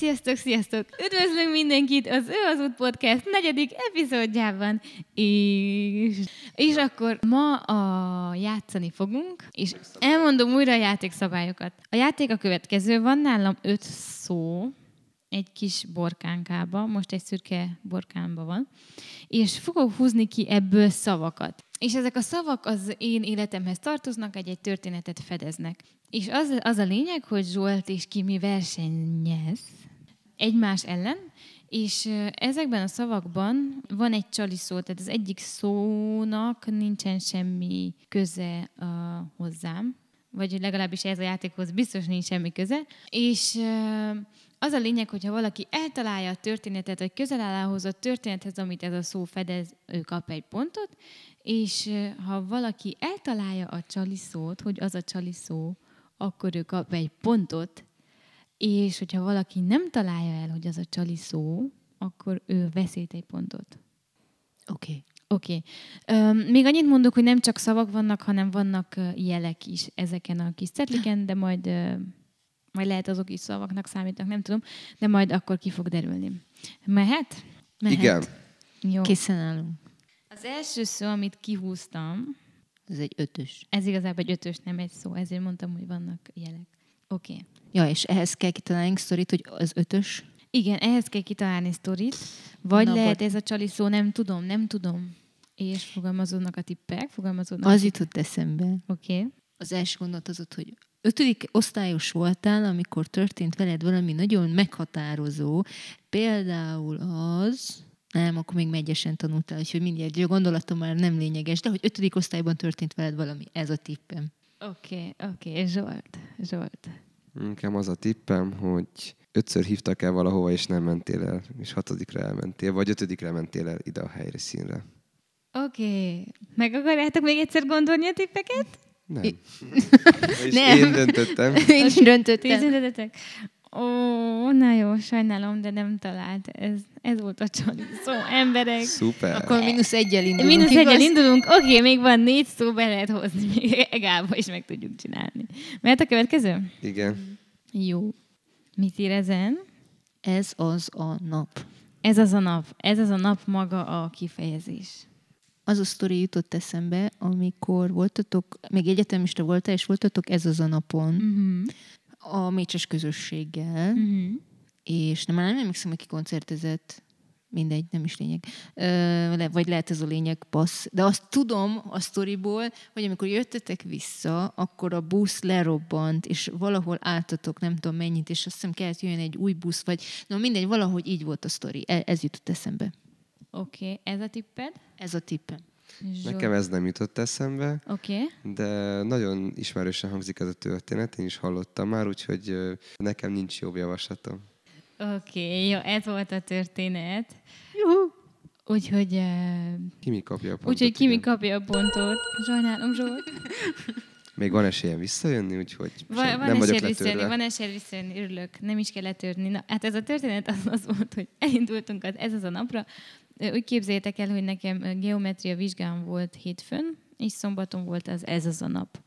Sziasztok! Üdvözlünk mindenkit az Ő az Út Podcast 4. epizódjában. És akkor ma játszani fogunk, és elmondom újra a játékszabályokat. A játék a következő, van nálam 5 szó, egy kis borkánkába, most egy szürke borkánba van, és fogok húzni ki ebből szavakat. És ezek a szavak az én életemhez tartoznak, egy történetet fedeznek. És az a lényeg, hogy Zsolt és Kimi versenyez egymás ellen, és ezekben a szavakban van egy csali szó, tehát az egyik szónak nincsen semmi köze hozzám, vagy legalábbis ez a játékhoz biztos nincs semmi köze, és az a lényeg, hogyha valaki eltalálja a történetet, vagy közel áll ahhoz a történethez, amit ez a szó fedez, ő kap egy pontot, és ha valaki eltalálja a csali szót, hogy az a csali szó, akkor ő kap egy pontot, és hogyha valaki nem találja el, hogy az a csali szó, akkor ő veszít egy pontot. Oké. Még annyit mondok, hogy nem csak szavak vannak, hanem vannak jelek is ezeken a kis cetliken, de majd lehet azok is szavaknak számítanak, nem tudom, de majd akkor ki fog derülni. Mehet? Igen. Jó. Készen állunk. Az első szó, amit kihúztam, Ez egy 5-ös. ez igazából egy 5-ös, nem egy szó, ezért mondtam, hogy vannak jelek. Oké. Ja, és ehhez kell kitalálni sztorit, hogy az 5-ös. Igen, ehhez kell kitalálni sztorit, vagy Na, lehet ez a csali szó, nem tudom. És fogalmazódnak a tippek, Az jutott eszembe. Oké. Az első gondolat az ott, hogy 5. osztályos voltál, amikor történt veled valami nagyon meghatározó. Például az... Nem, akkor még megyesen tanultál, úgyhogy mindjárt a gondolatom már nem lényeges, de hogy 5. osztályban történt veled valami. Ez a tippem. Oké. Zsolt. Nekem az a tippem, hogy 5-ször hívtak el valahova, és nem mentél el, és 6-ra elmentél, vagy 5-re mentél el ide a helyre, színre. Oké. Meg akarjátok még egyszer gondolni a tippeket? Nem. És én döntöttem. Én is döntöttem. Tízöntetek? Ó, na jó, sajnálom, de nem talált. Ez volt a csali szó, emberek. Szuper. Akkor -1-jel indulunk. -1-jel indulunk. Oké, még van 4 szó, be lehet hozni. Még Gába is meg tudjuk csinálni. Mehet a következő? Igen. Jó. Mit ír ezen? Ez az a nap. Ez az a nap. Ez az a nap maga a kifejezés. Az a sztori jutott eszembe, amikor voltatok, még egyetemista voltál, és voltatok ez az a napon a Mécses közösséggel, és már nem emlékszem, hogy ki koncertezett, mindegy, nem is lényeg. Vagy lehet ez a lényeg, passz. De azt tudom a sztoriból, hogy amikor jöttetek vissza, akkor a busz lerobbant, és valahol álltatok, nem tudom mennyit, és azt hiszem kellett jöjjön egy új busz, vagy mindegy, valahogy így volt a sztori. Ez jutott eszembe. Oké, ez a tipped? Ez a tippem. Nekem ez nem jutott eszembe, Oké. de nagyon ismerősen hangzik ez a történet, én is hallottam már, úgyhogy nekem nincs jobb javaslatom. Oké, jó, ez volt a történet. Juhu! Úgyhogy... Kimi kapja a pontot. Úgyhogy Kimi igen. kapja a pontot. Sajnálom, Zsolt. Még van esélyem visszajönni, úgyhogy Van nem vagyok esélyed visszajönni, letörve. van esélyed visszajönni, örülök. Nem is kell letörni. Na, hát ez a történet az volt, hogy elindultunk ez az a napra. Úgy képzeljétek el, hogy nekem geometria vizsgám volt hétfőn, és szombaton volt ez az a nap.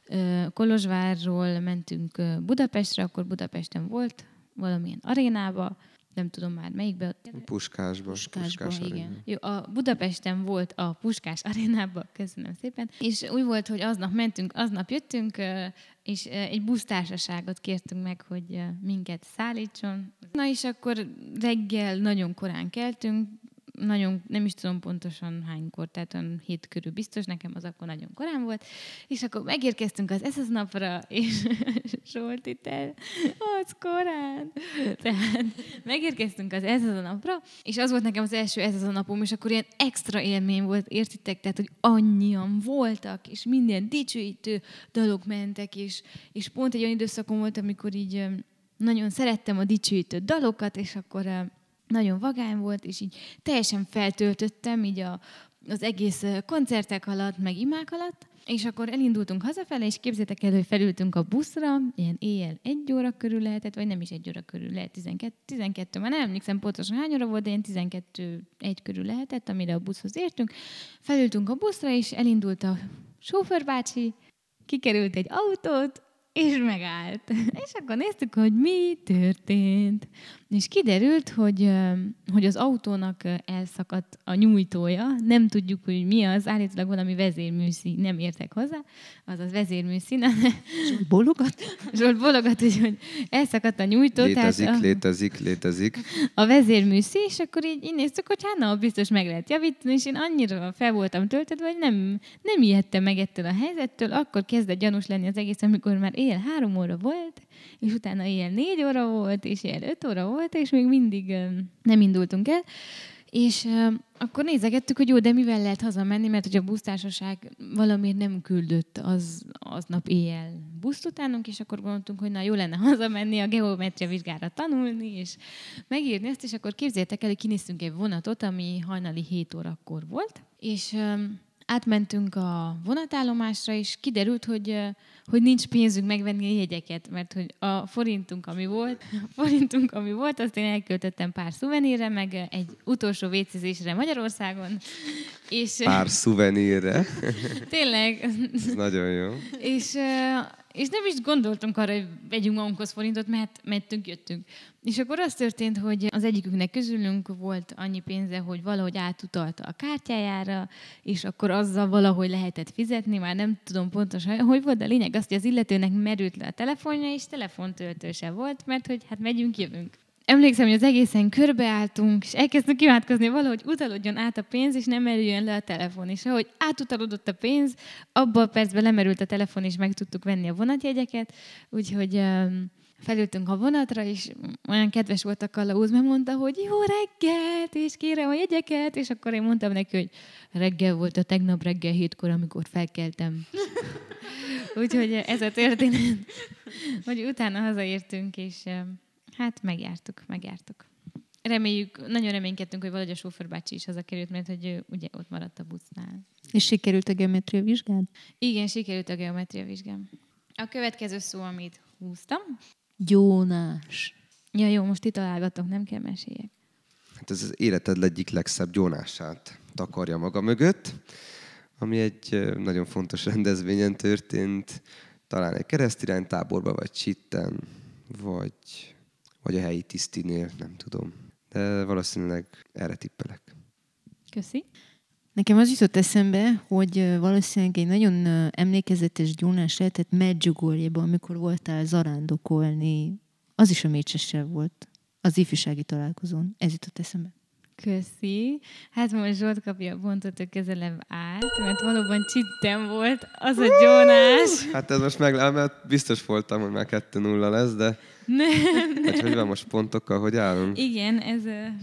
Kolozsvárról mentünk Budapestre, akkor Budapesten volt valamilyen arénába, nem tudom már melyikbe. Puskásba, igen. aréna. Jó, a Budapesten volt a Puskás arénába, köszönöm szépen, és úgy volt, hogy aznap mentünk, aznap jöttünk, és egy busztársaságot kértünk meg, hogy minket szállítson. Na és akkor reggel nagyon korán keltünk, nagyon, nem is tudom pontosan hánykor, tehát olyan 7 körül biztos, nekem az akkor nagyon korán volt, és akkor megérkeztünk ez az napra, és Zsolt itt az korán. Tehát megérkeztünk ez az a napra, és az volt nekem az első ez az a napom, és akkor ilyen extra élmény volt, értitek? Tehát, hogy annyian voltak, és minden dicsőítő dalok mentek, és pont egy olyan időszakon volt, amikor így nagyon szerettem a dicsőítő dalokat, és akkor nagyon vagány volt, és így teljesen feltöltöttem így az egész koncertek alatt, meg imák alatt, és akkor elindultunk hazafele, és képzétek el, hogy felültünk a buszra, ilyen éjjel 1 óra körül lehetett, vagy nem is 1 óra körül, lehet 12, már nem emlékszem pontosan hány óra volt, de ilyen 12-1 körül lehetett, amire a buszhoz értünk. Felültünk a buszra, és elindult a sofőrbácsi, kikerült egy autót, és megállt. És akkor néztük, hogy mi történt. És kiderült, hogy az autónak elszakadt a nyújtója, nem tudjuk, hogy mi az, állítólag valami vezérműszín, nem értek hozzá, azaz vezérműszín. Zsolt bologat, hogy elszakadt a nyújtó. Létezik. A vezérműszín, és akkor így néztük, hogy hát biztos meg lehet javítani, és én annyira fel voltam töltődve, hogy nem ijedtem meg ettől a helyzettől, akkor kezdett gyanús lenni az egész, amikor már éjjel 3 óra volt, és utána éjjel 4 óra volt, és éjjel 5 óra volt, és még mindig nem indultunk el. És akkor nézegettük, hogy jó, de mivel lehet hazamenni, mert hogy a busztársaság valamiért nem küldött aznap éjjel buszt utánunk, és akkor gondoltunk, hogy na jó lenne hazamenni, a geometria vizsgára tanulni, és megírni ezt, és akkor képzeljétek el, hogy kinéztünk egy vonatot, ami hajnali 7 órakor volt, és átmentünk a vonatállomásra, és kiderült, hogy nincs pénzünk megvenni a jegyeket, mert hogy a forintunk, ami volt, azt én elköltöttem pár szuvenírre, meg egy utolsó vécézésre Magyarországon. És, pár szuvenírre? Tényleg. Ez nagyon jó. És nem is gondoltunk arra, hogy vegyünk magunkhoz forintot, mert mentünk, jöttünk. És akkor az történt, hogy az egyikünknek közülünk volt annyi pénze, hogy valahogy átutalta a kártyájára, és akkor azzal valahogy lehetett fizetni, már nem tudom pontosan, hogy volt, de a lényeg az, hogy az illetőnek merült le a telefonja, és telefontöltőse volt, mert hogy hát megyünk, jövünk. Emlékszem, hogy az egészen körbeálltunk, és elkezdtünk imádkozni, valahogy utalodjon át a pénz, és nem merüljön le a telefon. És ahogy átutalodott a pénz, abban a percben lemerült a telefon, és meg tudtuk venni a vonatjegyeket. Úgyhogy felültünk a vonatra, és olyan kedves volt a kalauz, mert mondta, hogy jó reggelt, és kérem a jegyeket, és akkor én mondtam neki, hogy reggel volt a tegnap reggel 7-kor, amikor felkeltem. Úgyhogy ez a történet, hogy utána hazaértünk, és hát megjártuk. Reméljük, nagyon reménykedtünk, hogy valahogy a sofőrbácsi is hazakerült, mert hogy ő ugye ott maradt a busznál. És sikerült a geometria vizsgád? Igen, sikerült a geometria vizsgám. A következő szó, amit húztam. Gyónás. Ja, jó, most itt találgatok, nem kell meséljek. Hát ez az életed egyik legszebb gyónását takarja maga mögött, ami egy nagyon fontos rendezvényen történt, talán egy keresztiránytáborban, vagy Csitten, vagy a helyi tisztinél, nem tudom. De valószínűleg erre tippelek. Köszi. Nekem az jutott eszembe, hogy valószínűleg egy nagyon emlékezetes gyónás lehetett Medjugorjében, amikor voltál zarándokolni. Az is a Mécsessel volt. Az ifjúsági találkozón. Ez jutott eszembe. Köszi. Hát most Zsolt kapja a pontot, hogy közelebb állt, mert valóban Csitten volt az a gyónás. Hát ez most mert biztos voltam, hogy már 2-0 lesz, de nem. Hát hogy van most pontokkal, hogy állunk? Igen, ez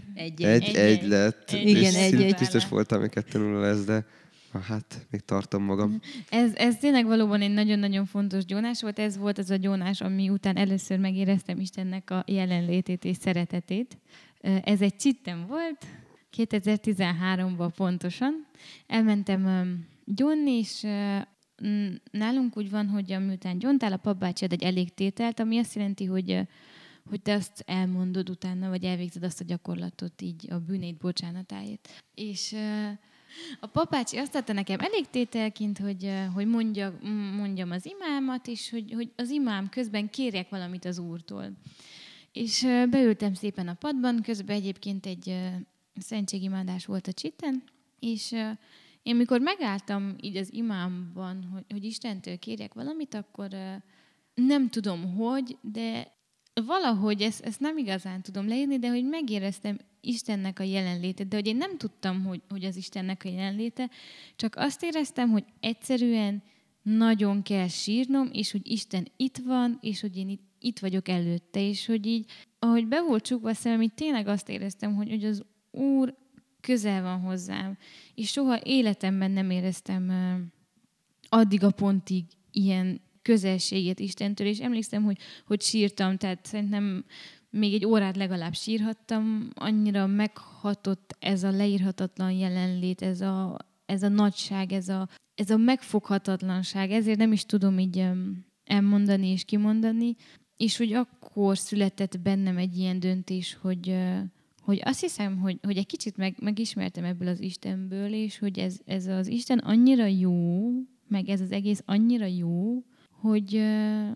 egy lett. Igen, egy. Biztos voltam, hogy 2-0 lesz, de hát még tartom magam. Ez tényleg valóban egy nagyon-nagyon fontos gyónás volt. Ez volt az a gyónás, ami után először megéreztem Istennek a jelenlétét és szeretetét. Ez egy Csitten volt, 2013-ban pontosan. Elmentem gyónni, és nálunk úgy van, hogy miután gyóntál, a papbácsi ad egy elégtételt, ami azt jelenti, hogy te azt elmondod utána, vagy elvégzed azt a gyakorlatot így a bűneid bocsánatáért. És a papbácsi azt adta nekem elégtételként, hogy mondjam az imámat, és hogy az imám közben kérjek valamit az Úrtól. És beültem szépen a padban, közben egyébként egy szentségimádás volt a Csitten, és én mikor megálltam így az imámban, hogy Istentől kérjek valamit, akkor nem tudom hogy, de valahogy ezt nem igazán tudom leírni, de hogy megéreztem Istennek a jelenlétet, de hogy én nem tudtam, hogy az Istennek a jelenléte, csak azt éreztem, hogy egyszerűen nagyon kell sírnom, és hogy Isten itt van, és hogy én itt vagyok előtte, és hogy így, ahogy be volt csukva a szemem, így tényleg azt éreztem, hogy az Úr közel van hozzám, és soha életemben nem éreztem addig a pontig ilyen közelségét Istentől, és emlékszem, hogy sírtam, tehát szerintem még egy órát legalább sírhattam, annyira meghatott ez a leírhatatlan jelenlét, ez a nagyság, ez a megfoghatatlanság, ezért nem is tudom így elmondani és kimondani, és hogy akkor született bennem egy ilyen döntés, hogy azt hiszem, hogy egy kicsit megismertem ebből az Istenből, és hogy ez az Isten annyira jó, meg ez az egész annyira jó, hogy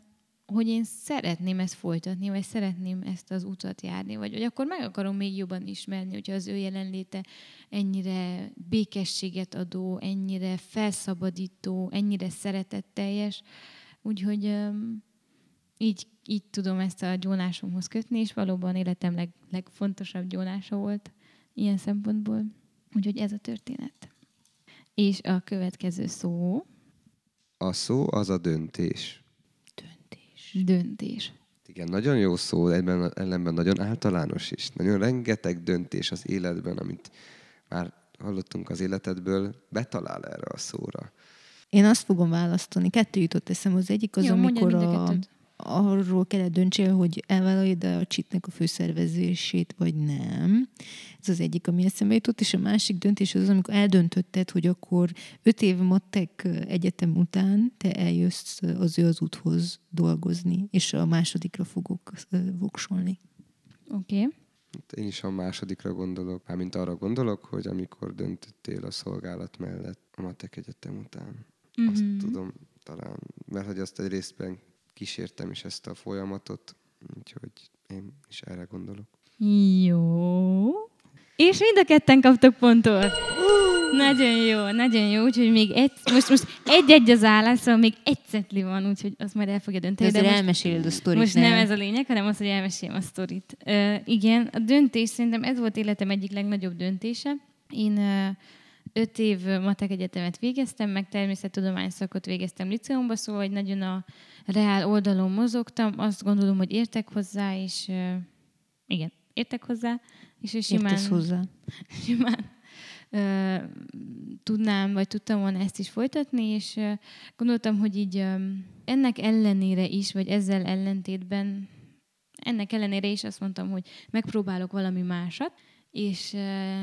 hogy én szeretném ezt folytatni, vagy szeretném ezt az utat járni, vagy akkor meg akarom még jobban ismerni, hogyha az ő jelenléte ennyire békességet adó, ennyire felszabadító, ennyire szeretetteljes. Úgyhogy így tudom ezt a gyónásomhoz kötni, és valóban életem legfontosabb gyónása volt ilyen szempontból. Úgyhogy ez a történet. És a következő szó... A szó az a döntés. Döntés. Igen, nagyon jó szó, ellenben nagyon általános is. Nagyon rengeteg döntés az életben, amit már hallottunk az életedből, betalál erre a szóra. Én azt fogom választani. 2 jutott eszembe. Az egyik az, amikor arról kellett döntsél, hogy elvállalod a csitnek a főszervezését, vagy nem. Ez az egyik, ami eszembe jutott, és a másik döntés az, amikor eldöntötted, hogy akkor 5 év matek egyetem után te eljössz az ő az úthoz dolgozni, és a másodikra fogok voksolni. Oké. Okay. Én is a másodikra gondolok, mármint arra gondolok, hogy amikor döntöttél a szolgálat mellett a matek egyetem után. Azt tudom talán, mert hogy azt egy részben kísértem is ezt a folyamatot, úgyhogy én is erre gondolok. Jó. És mind a ketten kaptok pontot. Nagyon jó, úgyhogy még most egy az állás, szóval még egy cetli van, úgyhogy azt majd el fogja dönteni. De elmeséled a sztorit. Most nem ez a lényeg, hanem az, hogy elmeséljem a sztorit. Igen, a döntés szerintem ez volt életem egyik legnagyobb döntése. Én 5 év matek egyetemet végeztem, meg természettudomány szakot végeztem liceumba, szóval hogy nagyon a reál oldalon mozogtam. Azt gondolom, hogy értek hozzá, és igen, értek hozzá, és simán tudtam volna ezt is folytatni, és gondoltam, hogy így ennek ellenére is, vagy ezzel ellentétben, ennek ellenére is azt mondtam, hogy megpróbálok valami másat, és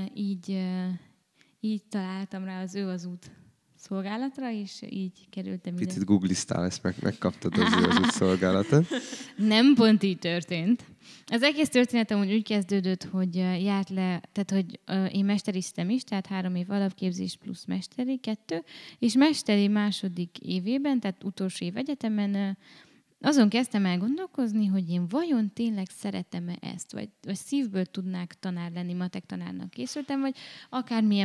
így találtam rá az Ő az út szolgálatra, és így kerültem ide. Picit googliztál, ezt megkaptad az Ő az út szolgálatot. Nem pont így történt. Az egész történetem úgy kezdődött, hogy járt le, tehát hogy én mesteriztem is, tehát 3 év alapképzés plusz mesteri, 2, és mesteri második évében, tehát utolsó év egyetemen azon kezdtem el gondolkozni, hogy én vajon tényleg szeretem-e ezt, vagy szívből tudnák tanár lenni, matek tanárnak készültem, vagy akármilyen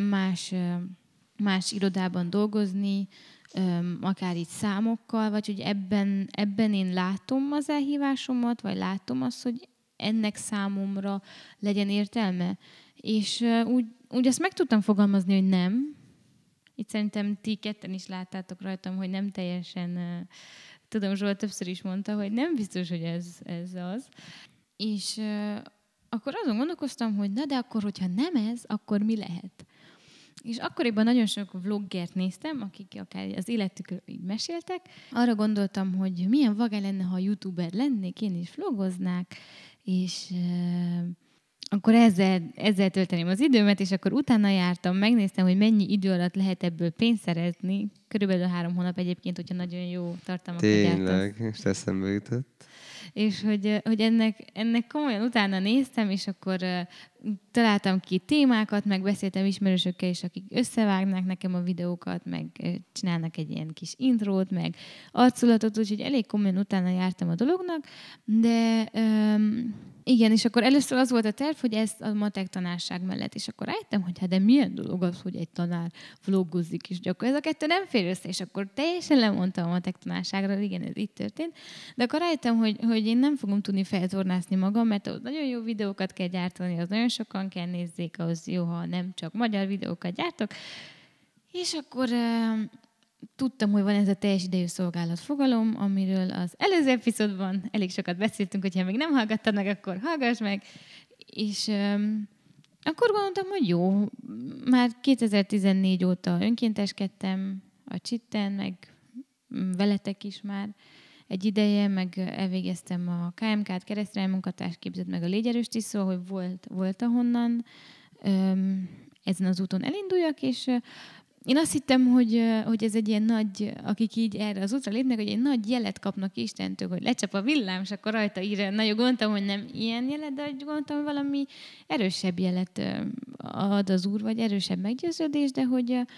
más irodában dolgozni, akár így számokkal, vagy hogy ebben én látom az elhívásomat, vagy látom azt, hogy ennek számomra legyen értelme. És úgy azt meg tudtam fogalmazni, hogy nem. Itt szerintem ti ketten is láttátok rajtam, hogy nem teljesen... Tudom, Zsolt többször is mondta, hogy nem biztos, hogy ez az. És akkor azon gondolkoztam, hogy na de akkor, hogyha nem ez, akkor mi lehet? És akkoriban nagyon sok vloggert néztem, akik akár az életükről így meséltek. Arra gondoltam, hogy milyen vagány lenne, ha youtuber lennék, én is vlogoznák, és akkor ezzel tölteném az időmet, és akkor utána jártam, megnéztem, hogy mennyi idő alatt lehet ebből pénzt szerezni. Körülbelül 3 hónap egyébként, hogyha nagyon jó tartalmakat gyártasz. Tényleg, és eszembe jutott. És hogy ennek komolyan utána néztem, és akkor találtam ki témákat, meg beszéltem ismerősökkel is, akik összevágnák nekem a videókat, meg csinálnak egy ilyen kis intrót, meg arculatot, úgyhogy elég komolyan utána jártam a dolognak, de igen, és akkor először az volt a terv, hogy ez a matek tanárság mellett, és akkor rájöttem, hogy hát de milyen dolog az, hogy egy tanár vloggozik, és akkor ez a kettő nem fér össze, és akkor teljesen lemondtam a matek tanárságra, igen, ez itt történt, de akkor rájöttem, hogy én nem fogom tudni feltornászni magam, mert ahhoz nagyon jó videókat kell gyártani, az nagyon sokan kell nézzék, ahhoz jó, ha nem csak magyar videókat gyártok, és akkor tudtam, hogy van ez a teljes idejű szolgálat fogalom, amiről az előző epizódban elég sokat beszéltünk, hogyha még nem hallgattad meg, akkor hallgass meg. És akkor gondoltam, hogy jó, már 2014 óta önkénteskedtem a Csitten, meg veletek is már egy ideje, meg elvégeztem a KMK-t, keresztrányi munkatársképzőt, meg a légyerőst is, szóval, hogy volt ahonnan ezen az úton elinduljak, és én azt hittem, hogy ez egy ilyen nagy, akik így erre az útra lépnek, hogy egy nagy jelet kapnak Istentől, hogy lecsap a villám, és akkor rajta ír. Nagyon gondoltam, hogy nem ilyen jelet, de gondoltam, hogy valami erősebb jelet ad az Úr, vagy erősebb meggyőződés, de hogy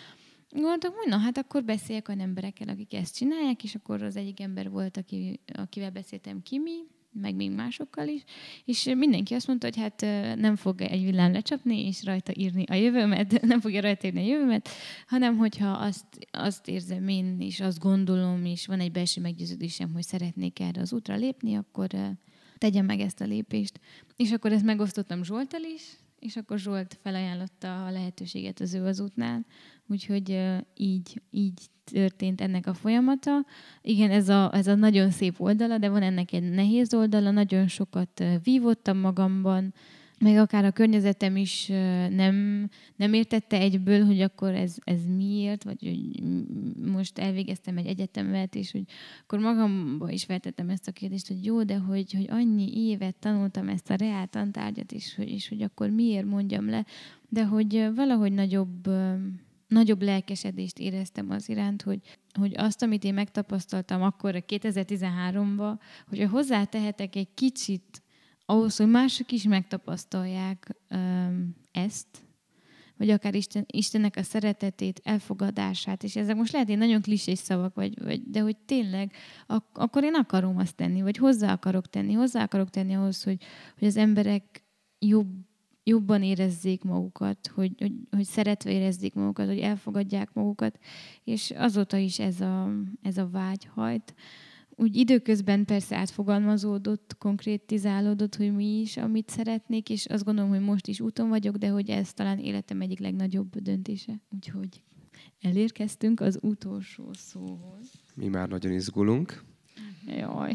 Gondoltam, hogy na, hát akkor beszéljek olyan emberekkel, akik ezt csinálják, és akkor az egyik ember volt, akivel beszéltem, Kimi, meg még másokkal is, és mindenki azt mondta, hogy hát nem fog egy villám lecsapni, és rajta írni a jövőmet, nem fogja rajta írni a jövőmet, hanem hogyha azt érzem én, és azt gondolom, és van egy belső meggyőződésem, hogy szeretnék erre az útra lépni, akkor tegyem meg ezt a lépést. És akkor ezt megosztottam Zsolttal is, és akkor Zsolt felajánlotta a lehetőséget az Ő az útnál, úgyhogy így történt ennek a folyamata. Igen, ez a nagyon szép oldala, de van ennek egy nehéz oldala, nagyon sokat vívottam magamban, meg akár a környezetem is nem értette egyből, hogy akkor ez miért, vagy hogy most elvégeztem egy egyetemet, és hogy akkor magamba is feltettem ezt a kérdést, hogy jó, de hogy annyi évet tanultam ezt a reál tantárgyat, és hogy akkor miért mondjam le, de hogy valahogy nagyobb lelkesedést éreztem az iránt, hogy azt, amit én megtapasztaltam akkor 2013-ban, hogy hozzátehetek egy kicsit ahhoz, hogy mások is megtapasztalják ezt, vagy akár Istennek a szeretetét, elfogadását, és ezek most lehet, hogy nagyon klisés szavak, de hogy tényleg, akkor én akarom azt tenni, vagy hozzá akarok tenni ahhoz, hogy az emberek jobban érezzék magukat, hogy szeretve érezzék magukat, hogy elfogadják magukat, és azóta is ez a vágy hajt. Úgy időközben persze átfogalmazódott, konkrétizálódott, hogy mi is, amit szeretnék, és azt gondolom, hogy most is úton vagyok, de hogy ez talán életem egyik legnagyobb döntése. Úgyhogy elérkeztünk az utolsó szóhoz. Mi már nagyon izgulunk. Jaj.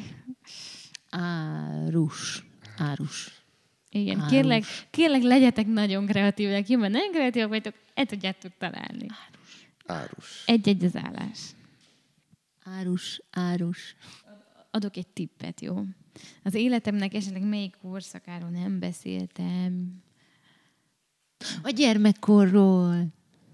Árus. Igen, kérlek, legyetek nagyon kreatívek. Jó, mert nagyon kreatívak vagytok, el tudjátok találni. Árus. Egy az állás. Árus. Adok egy tippet, jó? Az életemnek esetleg melyik korszakáról nem beszéltem? A gyermekkorról.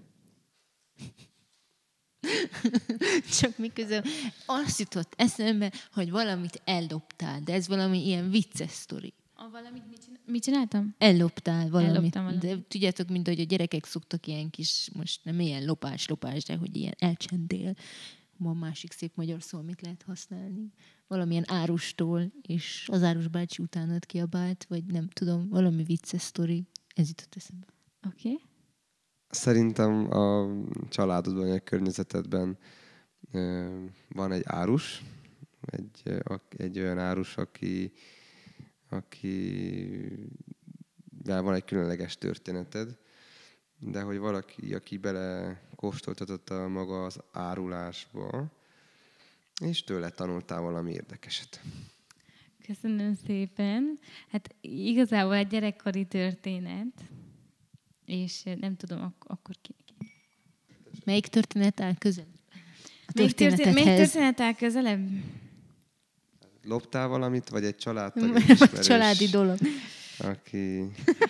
Csak miközben azt jutott eszembe, hogy valamit elloptál, de ez valami ilyen vicces sztori. Valamit mit csináltam? Elloptál valamit. Elloptam valamit. De tudjátok, mint hogy a gyerekek szoktak ilyen kis, most nem ilyen lopás, de hogy ilyen elcsendél. Van másik szép magyar szó, amit lehet használni. Valamilyen árustól, és az árus bácsi utánad kiabált, vagy nem tudom, valami vicces sztori. Ez jutott eszembe. Oké. Okay. Szerintem a családodban, a környezetedben van egy árus, egy olyan árus, aki van egy különleges történeted, de hogy valaki, aki bele kóstoltatott a maga az árulásba, és tőle tanultál valami érdekeset. Köszönöm szépen. Hát igazából egy gyerekkori történet, és nem tudom, akkor ki. Melyik történet áll közel? Melyik történet áll közelebb? Loptál valamit, vagy egy családtag, egy ismerős, családi dolog. Aki...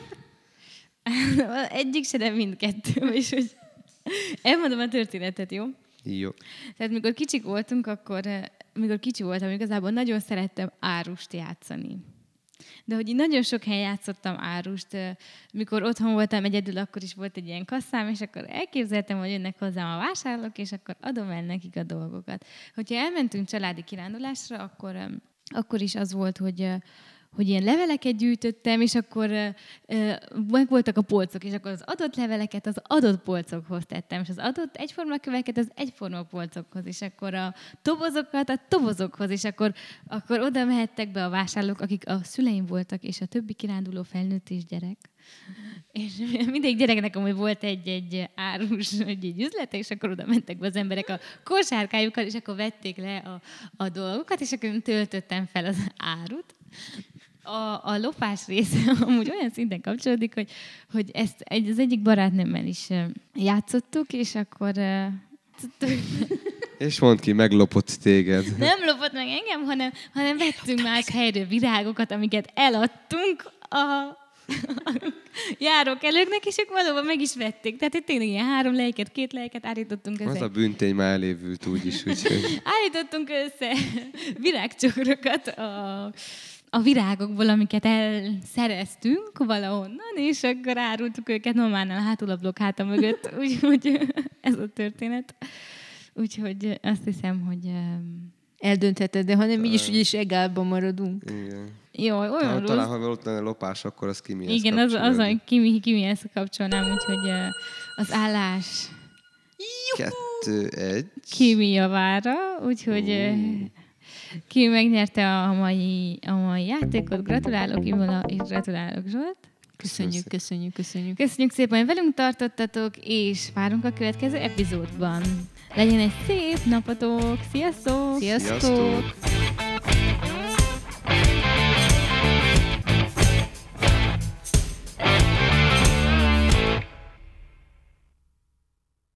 Egyik se, de mindkettő. És hogy elmondom a történetet, jó? Jó. Tehát mikor kicsik voltunk, mikor kicsi voltam, igazából nagyon szerettem árust játszani. De hogy így nagyon sok helyen játszottam árust. Mikor otthon voltam egyedül, akkor is volt egy ilyen kasszám, és akkor elképzeltem, hogy jönnek hozzám a vásárlók, és akkor adom el nekik a dolgokat. Hogyha elmentünk családi kirándulásra, akkor is az volt, hogy ilyen leveleket gyűjtöttem, és akkor meg voltak a polcok, és akkor az adott leveleket az adott polcokhoz tettem, és az adott egyforma köveket az egyforma polcokhoz, és akkor a tobozokat a tobozokhoz, és akkor oda mehettek be a vásárlók, akik a szüleim voltak, és a többi kiránduló felnőtt és gyerek. És mindegy gyereknek amúgy volt egy árus, egy üzlete, és akkor oda mentek be az emberek a kosárkájukkal, és akkor vették le a dolgokat, és akkor töltöttem fel az árut. A lopás része amúgy olyan szinten kapcsolódik, hogy ezt az egyik barátnőmmel is játszottuk, és akkor... És mondd ki, meglopott téged. Nem lopott meg engem, hanem vettünk más helyről virágokat, amiket eladtunk a járókelőknek, és ők valóban meg is vették. Tehát itt tényleg ilyen 3 lejket, 2 lejket állítottunk össze. Az a büntény már elévült úgyis, úgyhogy... Állítottunk össze virágcsokrokat a virágokból, amiket elszereztünk valahonnan, és akkor árultuk őket Normánál a hátulablok háta mögött. Úgyhogy ez a történet. Úgyhogy azt hiszem, hogy... Eldöntheted, de ha nem, így is egálban maradunk. Igen. Jó, olyan rossz. Talán, ha ott lenne lopás, akkor az Kimihez Igen, az a Kimihez kapcsolnám, úgyhogy az állás 2-1. Kimi javára, úgyhogy Kimi megnyerte a mai játékot. Gratulálok Imola, és gratulálok Zsolt. Köszönjük. Köszönjük szépen, hogy velünk tartottatok, és várunk a következő epizódban. Legyen egy szép napotok! Sziasztok! Sziasztok!